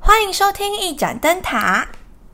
欢迎收听一盏灯塔。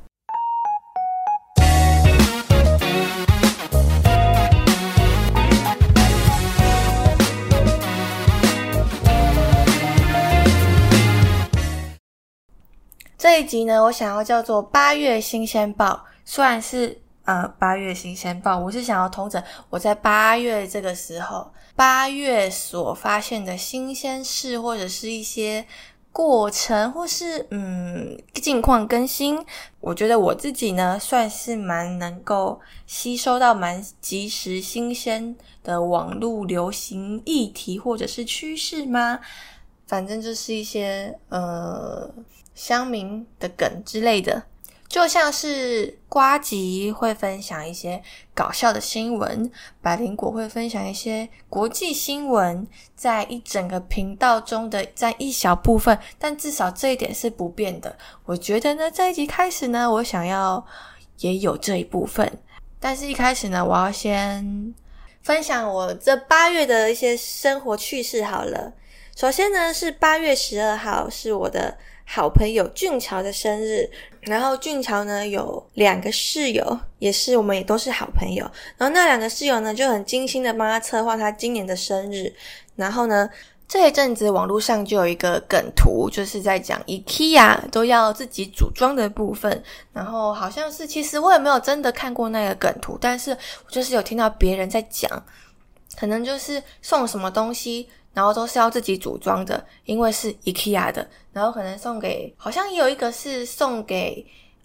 这一集呢，我想要叫做8月新鲜报。虽然是8月新鲜报，我是想要统整我在8月这个时候8月所发现的新鲜事，或者是一些过程，或是近况更新。我觉得我自己呢算是蛮能够吸收到蛮及时新鲜的网络流行议题或者是趋势吗？反正就是一些乡民的梗之类的，就像是呱吉会分享一些搞笑的新闻，百灵果会分享一些国际新闻，在一整个频道中的占一小部分，但至少这一点是不变的。我觉得呢，这一集开始呢，我想要也有这一部分，但是一开始呢，我要先分享我这8月的一些生活趣事好了。首先呢，是8月12号是我的好朋友俊乔的生日，然后俊乔呢有2个室友，我们也都是好朋友，然后那2个室友呢就很精心的帮他策划他今年的生日。然后呢，这一阵子网络上就有一个梗图，就是在讲 IKEA 都要自己组装的部分，然后好像是，其实我也没有真的看过那个梗图，但是我就是有听到别人在讲，可能就是送什么东西然后都是要自己组装的，因为是 IKEA 的，然后可能送给，好像也有一个是送给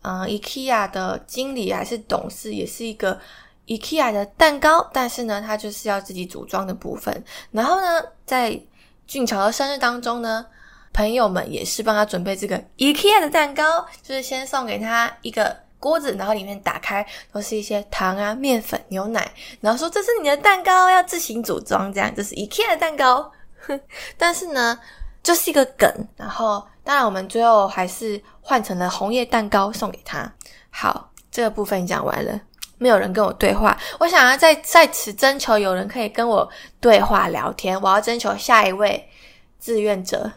IKEA 的经理还是董事，也是一个 IKEA 的蛋糕，但是呢它就是要自己组装的部分。然后呢在俊乔的生日当中呢，朋友们也是帮他准备这个 IKEA 的蛋糕，就是先送给他一个锅子，然后里面打开都是一些糖啊、面粉、牛奶，然后说这是你的蛋糕，要自行组装，这样这是 IKEA 的蛋糕。但是呢就是一个梗，然后当然我们最后还是换成了红叶蛋糕送给他。好，这个部分讲完了，没有人跟我对话，我想要在此征求有人可以跟我对话聊天，我要征求下一位志愿者。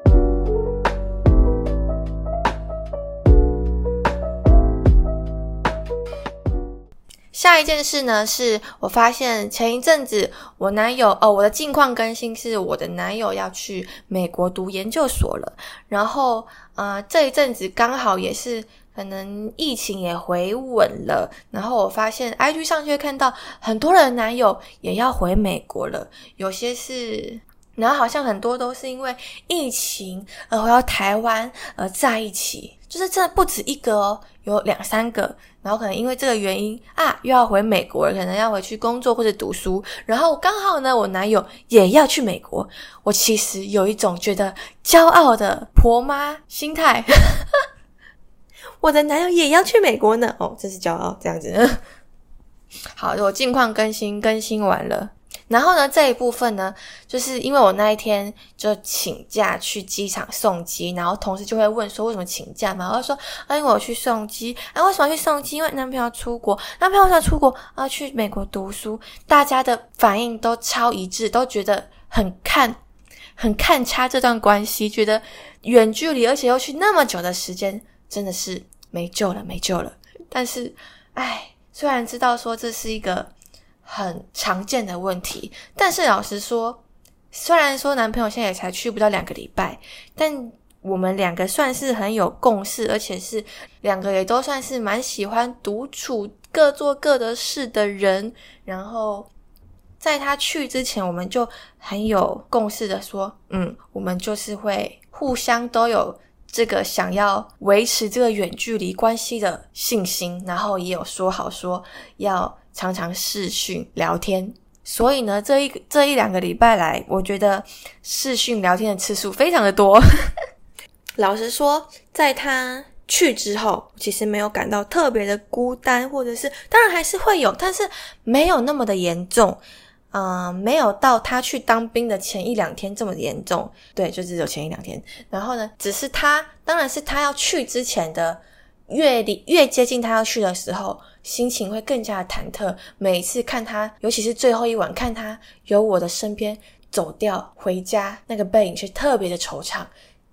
下一件事呢，是我发现前一阵子我的近况更新是我的男友要去美国读研究所了，然后这一阵子刚好也是可能疫情也回稳了，然后我发现 IG 上就会看到很多人的男友也要回美国了，有些是，然后好像很多都是因为疫情而回到台湾而在一起，就是真的不止一个哦，有2-3个，然后可能因为这个原因又要回美国了，可能要回去工作或者读书，然后刚好呢我男友也要去美国，我其实有一种觉得骄傲的婆妈心态我的男友也要去美国呢，这是骄傲这样子好，我近况更新完了，然后呢这一部分呢，就是因为我那一天就请假去机场送机，然后同事就会问说为什么请假嘛，我就说因为我去送机。为什么要去送机？因为男朋友要出国，去美国读书。大家的反应都超一致，都觉得很看差这段关系，觉得远距离而且又去那么久的时间，真的是没救了。但是虽然知道说这是一个很常见的问题，但是老实说，虽然说男朋友现在也才去不到2个礼拜，但我们2个算是很有共识，而且是2个也都算是蛮喜欢独处各做各的事的人，然后在他去之前我们就很有共识的说我们就是会互相都有这个想要维持这个远距离关系的信心，然后也有说好说要常常视讯聊天，所以呢这1-2个礼拜来，我觉得视讯聊天的次数非常的多老实说，在他去之后其实没有感到特别的孤单，或者是当然还是会有，但是没有那么的严重，没有到他去当兵的前1-2天这么严重，对，就只有前1-2天。然后呢，只是当然是他要去之前的越接近他要去的时候，心情会更加的忐忑。每一次看他，尤其是最后一晚看他由我的身边走掉回家，那个背影是特别的惆怅，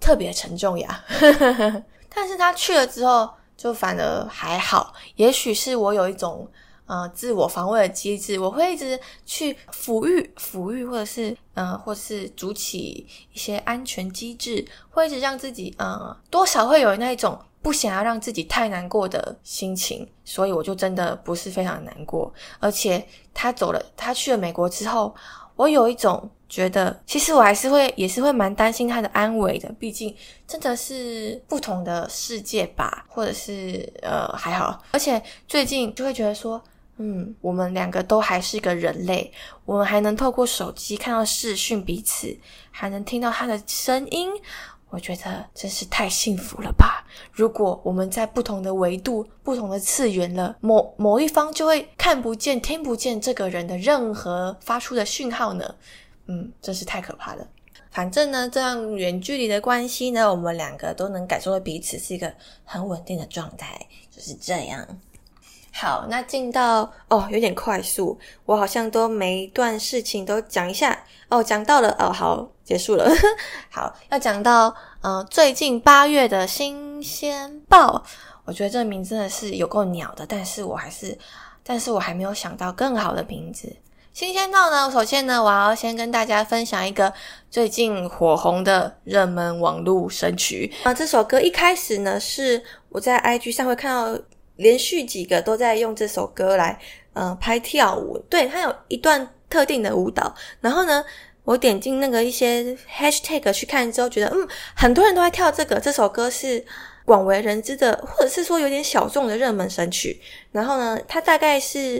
特别沉重呀。但是他去了之后就反而还好，也许是我有一种自我防卫的机制，我会一直去抚育或是筑起一些安全机制，会一直让自己多少会有那一种不想要让自己太难过的心情，所以我就真的不是非常难过。而且他去了美国之后，我有一种觉得其实我也是会蛮担心他的安危的，毕竟真的是不同的世界吧，或者是还好。而且最近就会觉得说我们两个都还是个人类，我们还能透过手机看到视讯彼此，还能听到他的声音，我觉得真是太幸福了吧。如果我们在不同的维度不同的次元了，某一方就会看不见听不见这个人的任何发出的讯号呢，真是太可怕了。反正呢，这样远距离的关系呢，我们两个都能感受到彼此是一个很稳定的状态，就是这样。好，那进到有点快速，我好像都每一段事情都讲一下讲到了好，结束了好，要讲到最近8月的新鲜报，我觉得这个名真的是有够鸟的，但是我还没有想到更好的名字。新鲜报呢，首先呢，我要先跟大家分享一个最近火红的热门网络神曲这首歌一开始呢，是我在 IG 上会看到连续几个都在用这首歌来拍跳舞，对，它有一段特定的舞蹈，然后呢我点进那个一些 hashtag 去看之后，觉得很多人都在跳这首歌是广为人知的，或者是说有点小众的热门神曲。然后呢，它大概是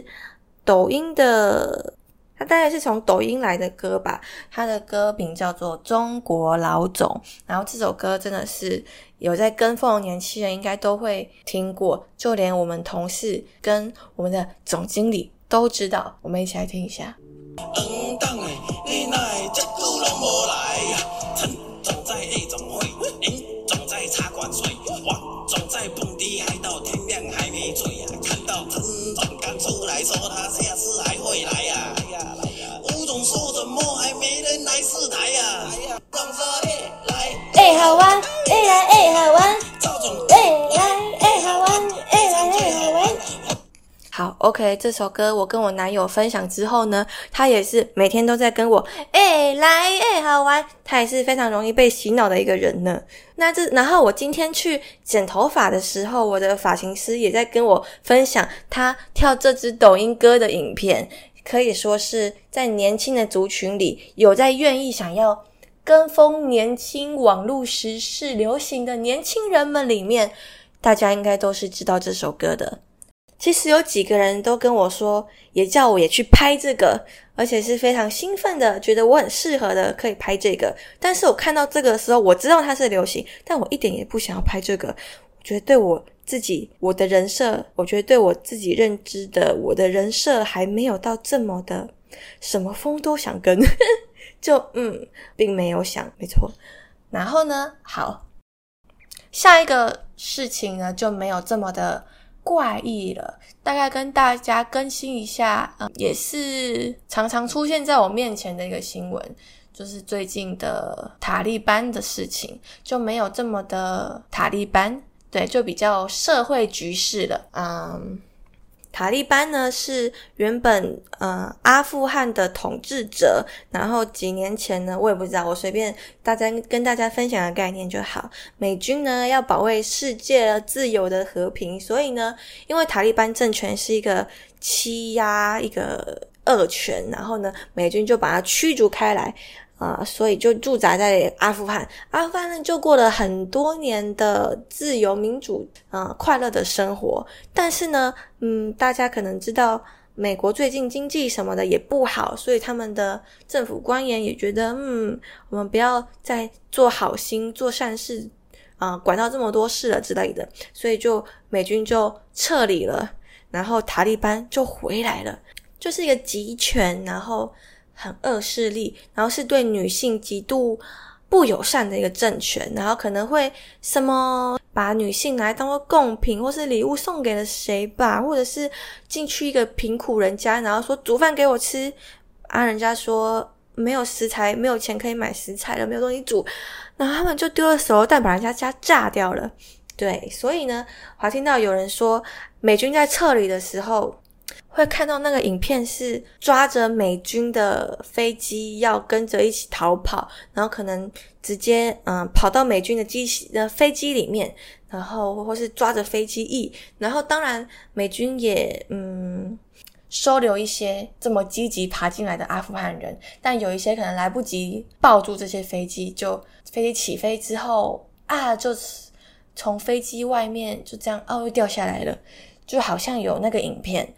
从抖音来的歌吧，它的歌名叫做中国老总，然后这首歌真的是有在跟风的年轻人应该都会听过，就连我们同事跟我们的总经理都知道，我们一起来听一下。你哪会这久拢无来呀？陈总在夜总会，林总在茶馆睡，王总在蹦迪嗨到天亮还没醉呀。看到陈总刚出来说他下次还会来呀。吴总说怎么还没人来试台呀？总说来好玩，来好玩，赵总来好玩，来好玩。好 OK， 这首歌我跟我男友分享之后呢，他也是每天都在跟我来好玩，他也是非常容易被洗脑的一个人呢。然后我今天去剪头发的时候，我的发型师也在跟我分享他跳这支抖音歌的影片，可以说是在年轻的族群里有在愿意想要跟风年轻网络时事流行的年轻人们里面，大家应该都是知道这首歌的。其实有几个人都跟我说，也叫我也去拍这个，而且是非常兴奋的，觉得我很适合的可以拍这个。但是我看到这个的时候，我知道它是流行，但我一点也不想要拍这个。我觉得对我的人设，我觉得对我自己认知的我的人设还没有到这么的什么风都想跟就并没有想，没错。然后呢，好，下一个事情呢就没有这么的怪异了，大概跟大家更新一下也是常常出现在我面前的一个新闻，就是最近的塔利班的事情，就没有这么的塔利班，对，就比较社会局势了。塔利班呢是原本阿富汗的统治者，然后几年前呢，我也不知道，我随便跟大家分享的概念就好。美军呢要保卫世界自由的和平，所以呢，因为塔利班政权是一个欺压一个恶权，然后呢，美军就把它驱逐开来。所以就驻扎在阿富汗呢就过了很多年的自由民主快乐的生活。但是呢大家可能知道美国最近经济什么的也不好，所以他们的政府官员也觉得我们不要再做好心做善事管到这么多事了之类的，所以美军就撤离了，然后塔利班就回来了，就是一个集权，然后很恶势力，然后是对女性极度不友善的一个政权，然后可能会什么把女性拿来当作贡品或是礼物送给了谁吧，或者是进去一个贫苦人家，然后说煮饭给我吃人家说没有食材，没有钱可以买食材了，没有东西煮，然后他们就丢了手榴弹把人家家炸掉了。对，所以呢，我还听到有人说美军在撤离的时候会看到那个影片是抓着美军的飞机要跟着一起逃跑，然后可能直接跑到美军的飞机里面，然后或是抓着飞机翼，然后当然美军也收留一些这么积极爬进来的阿富汗人，但有一些可能来不及抱住这些飞机，就飞机起飞之后就从飞机外面就这样又掉下来了，就好像有那个影片。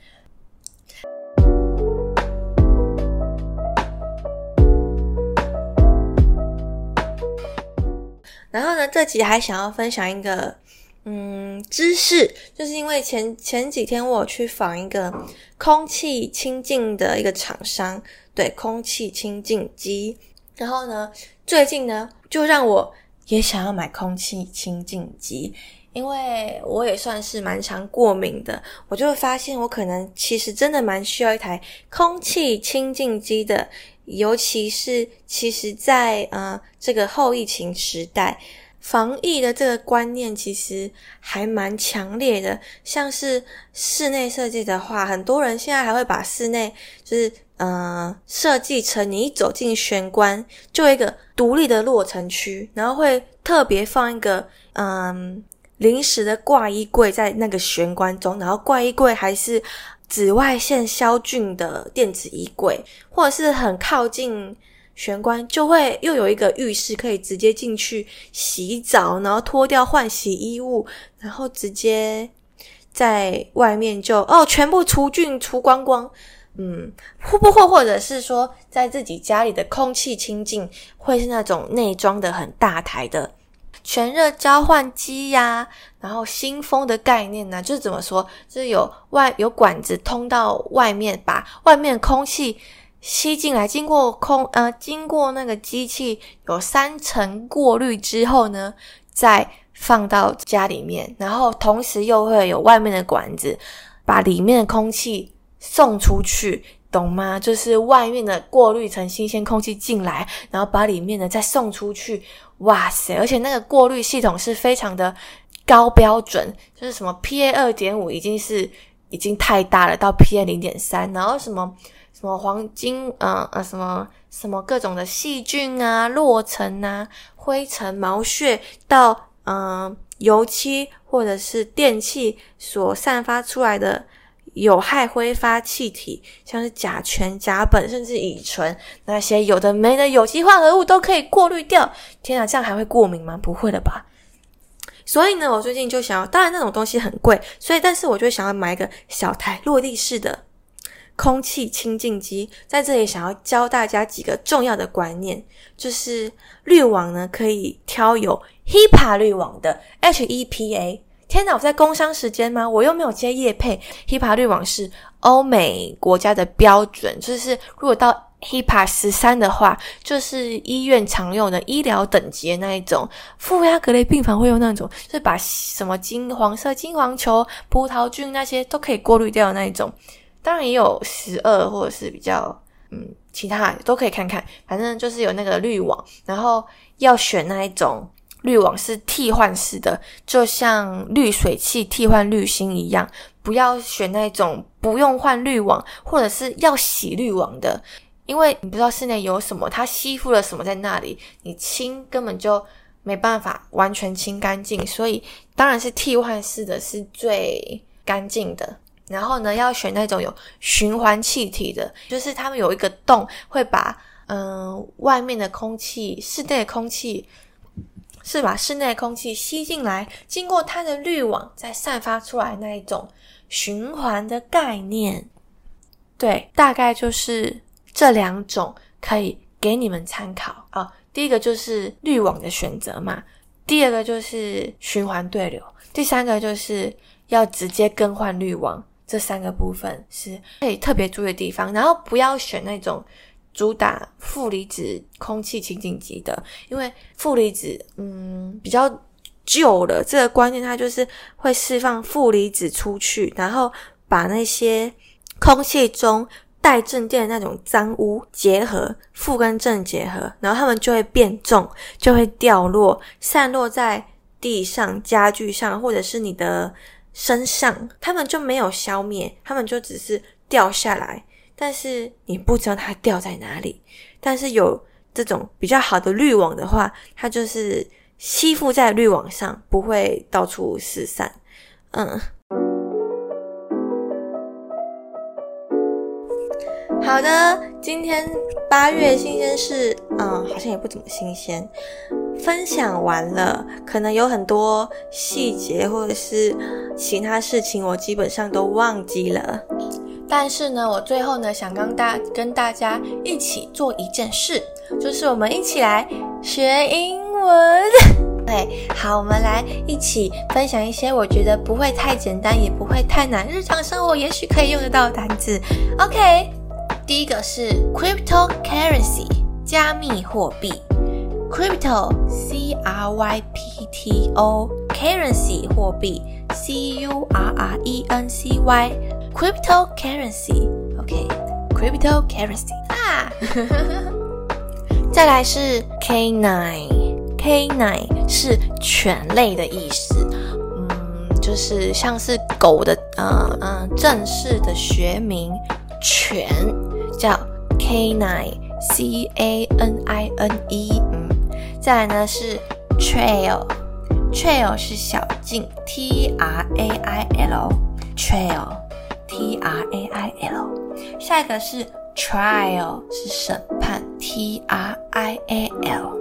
然后呢，这集还想要分享一个知识，就是因为前几天我有去访一个空气清净的一个厂商，对，空气清净机。然后呢，最近呢就让我也想要买空气清净机，因为我也算是蛮常过敏的，我就发现我可能其实真的蛮需要一台空气清净机的，尤其是其实在这个后疫情时代，防疫的这个观念其实还蛮强烈的。像是室内设计的话，很多人现在还会把室内就是设计成你一走进玄关就有一个独立的落尘区，然后会特别放一个临时的挂衣柜在那个玄关中，然后挂衣柜还是紫外线消菌的电子衣柜，或者是很靠近玄关就会又有一个浴室可以直接进去洗澡，然后脱掉换洗衣物，然后直接在外面就全部除菌除光光。或者是说在自己家里的空气清净会是那种内装的很大台的全热交换机呀，然后新风的概念呢，就是怎么说，就是有管子通到外面，把外面空气吸进来，经过那个机器有3层过滤之后呢，再放到家里面，然后同时又会有外面的管子把里面的空气送出去，懂吗？就是外面的过滤成新鲜空气进来，然后把里面的再送出去。哇塞，而且那个过滤系统是非常的高标准，就是什么 PA2.5 已经太大了，到 PA0.3， 然后什么黄金什么各种的细菌啊、落尘啊、灰尘、毛屑到油漆或者是电器所散发出来的有害挥发气体，像是甲醛、甲苯甚至乙醇，那些有的没的有机化合物都可以过滤掉。天啊，这样还会过敏吗？不会了吧。所以呢，我最近就想要，当然那种东西很贵，但是我就想要买一个小台落地式的空气清净机。在这里想要教大家几个重要的观念，就是滤网呢可以挑有 HEPA 滤网的 HEPA。天哪，我在工商时间吗？我又没有接业配。HEPA 滤网是欧美国家的标准，就是如果到 HEPA 13的话，就是医院常用的医疗等级的那一种，负压格类病房会用那种，就是把什么黄色金黄球、葡萄菌那些都可以过滤掉的那一种。当然也有12或者是比较其他都可以看看，反正就是有那个滤网，然后要选那一种滤网是替换式的，就像滤水器替换滤芯一样，不要选那种不用换滤网或者是要洗滤网的，因为你不知道室内有什么，它吸附了什么在那里，你清根本就没办法完全清干净，所以当然是替换式的是最干净的。然后呢，要选那种有循环气体的，就是他们有一个洞会把外面的空气，室内的空气是把室内的空气吸进来，经过它的滤网再散发出来那一种循环的概念。对，大概就是这2种可以给你们参考啊。第一个就是滤网的选择嘛，第二个就是循环对流，第三个就是要直接更换滤网。这3个部分是可以特别注意的地方，然后不要选那种主打负离子空气清净机的，因为负离子比较旧了，这个观念它就是会释放负离子出去，然后把那些空气中带正电的那种脏污结合，负跟正结合，然后它们就会变重，就会掉落，散落在地上、家具上，或者是你的身上，它们就没有消灭，它们就只是掉下来，但是你不知道它掉在哪里。但是有这种比较好的滤网的话，它就是吸附在滤网上，不会到处四散。好的，今天8月新鲜事，好像也不怎么新鲜。分享完了，可能有很多细节或者是其他事情我基本上都忘记了。但是呢，我最后呢想跟大家一起做一件事，就是我们一起来学英文。好，我们来一起分享一些我觉得不会太简单也不会太难，日常生活也许可以用得到的单字。 OK， 第一个是 cryptocurrency， 加密货币。 Crypto C-R-Y-P-T-O， Currency 货币 C-U-R-R-E-N-C-Y， Cryptocurrency OK Cryptocurrency 再来是 K9 是犬类的意思，就是像是狗的正式的学名犬叫 K9 C-A-N-I-N-E。 再来呢是 Trail 是小径 T-R-A-I-L Trail T-R-A-I-L。 下一个是 Trial 是审判 T-R-I-A-L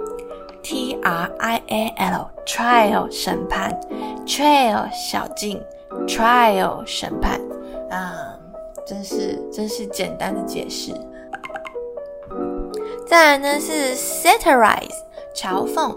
Trial 审判 Trail 小径 Trial 审判。真是简单的解释。再来呢是 Satirize 嘲讽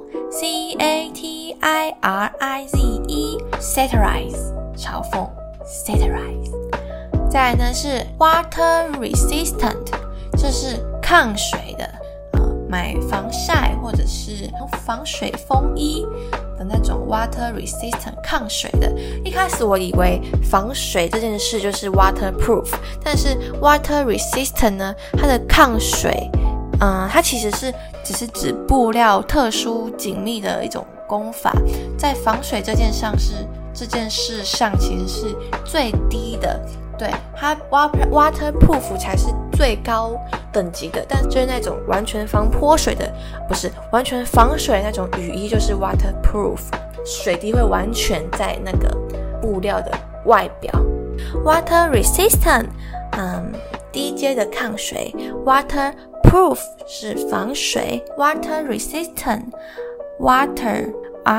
C-A-T-I-R-I-Z-E Satirize 嘲讽 Satirize。再来呢是 Water Resistant， 就是抗水的，买防晒或者是防水风衣的那种 Water Resistant 抗水的。一开始我以为防水这件事就是 Waterproof， 但是 Water Resistant 呢，它的抗水它其实是只是指布料特殊紧密的一种工法，在防水这件事上其实是最低的。对，它 waterproof 才是最高等级的，但就是那种完全防泼水的，不是完全防水的那种雨衣，就是 waterproof， 水滴会完全在那个布料的外表。Water resistant， 低阶的抗水。Waterproof 是防水 ，Water resistant， Water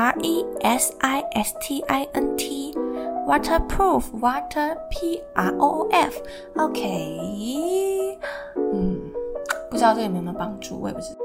R-E-S-I-S-T-I-N-T。Waterproof Water P-R-O-O-F OK 不知道这个有没有帮助，我也不知道。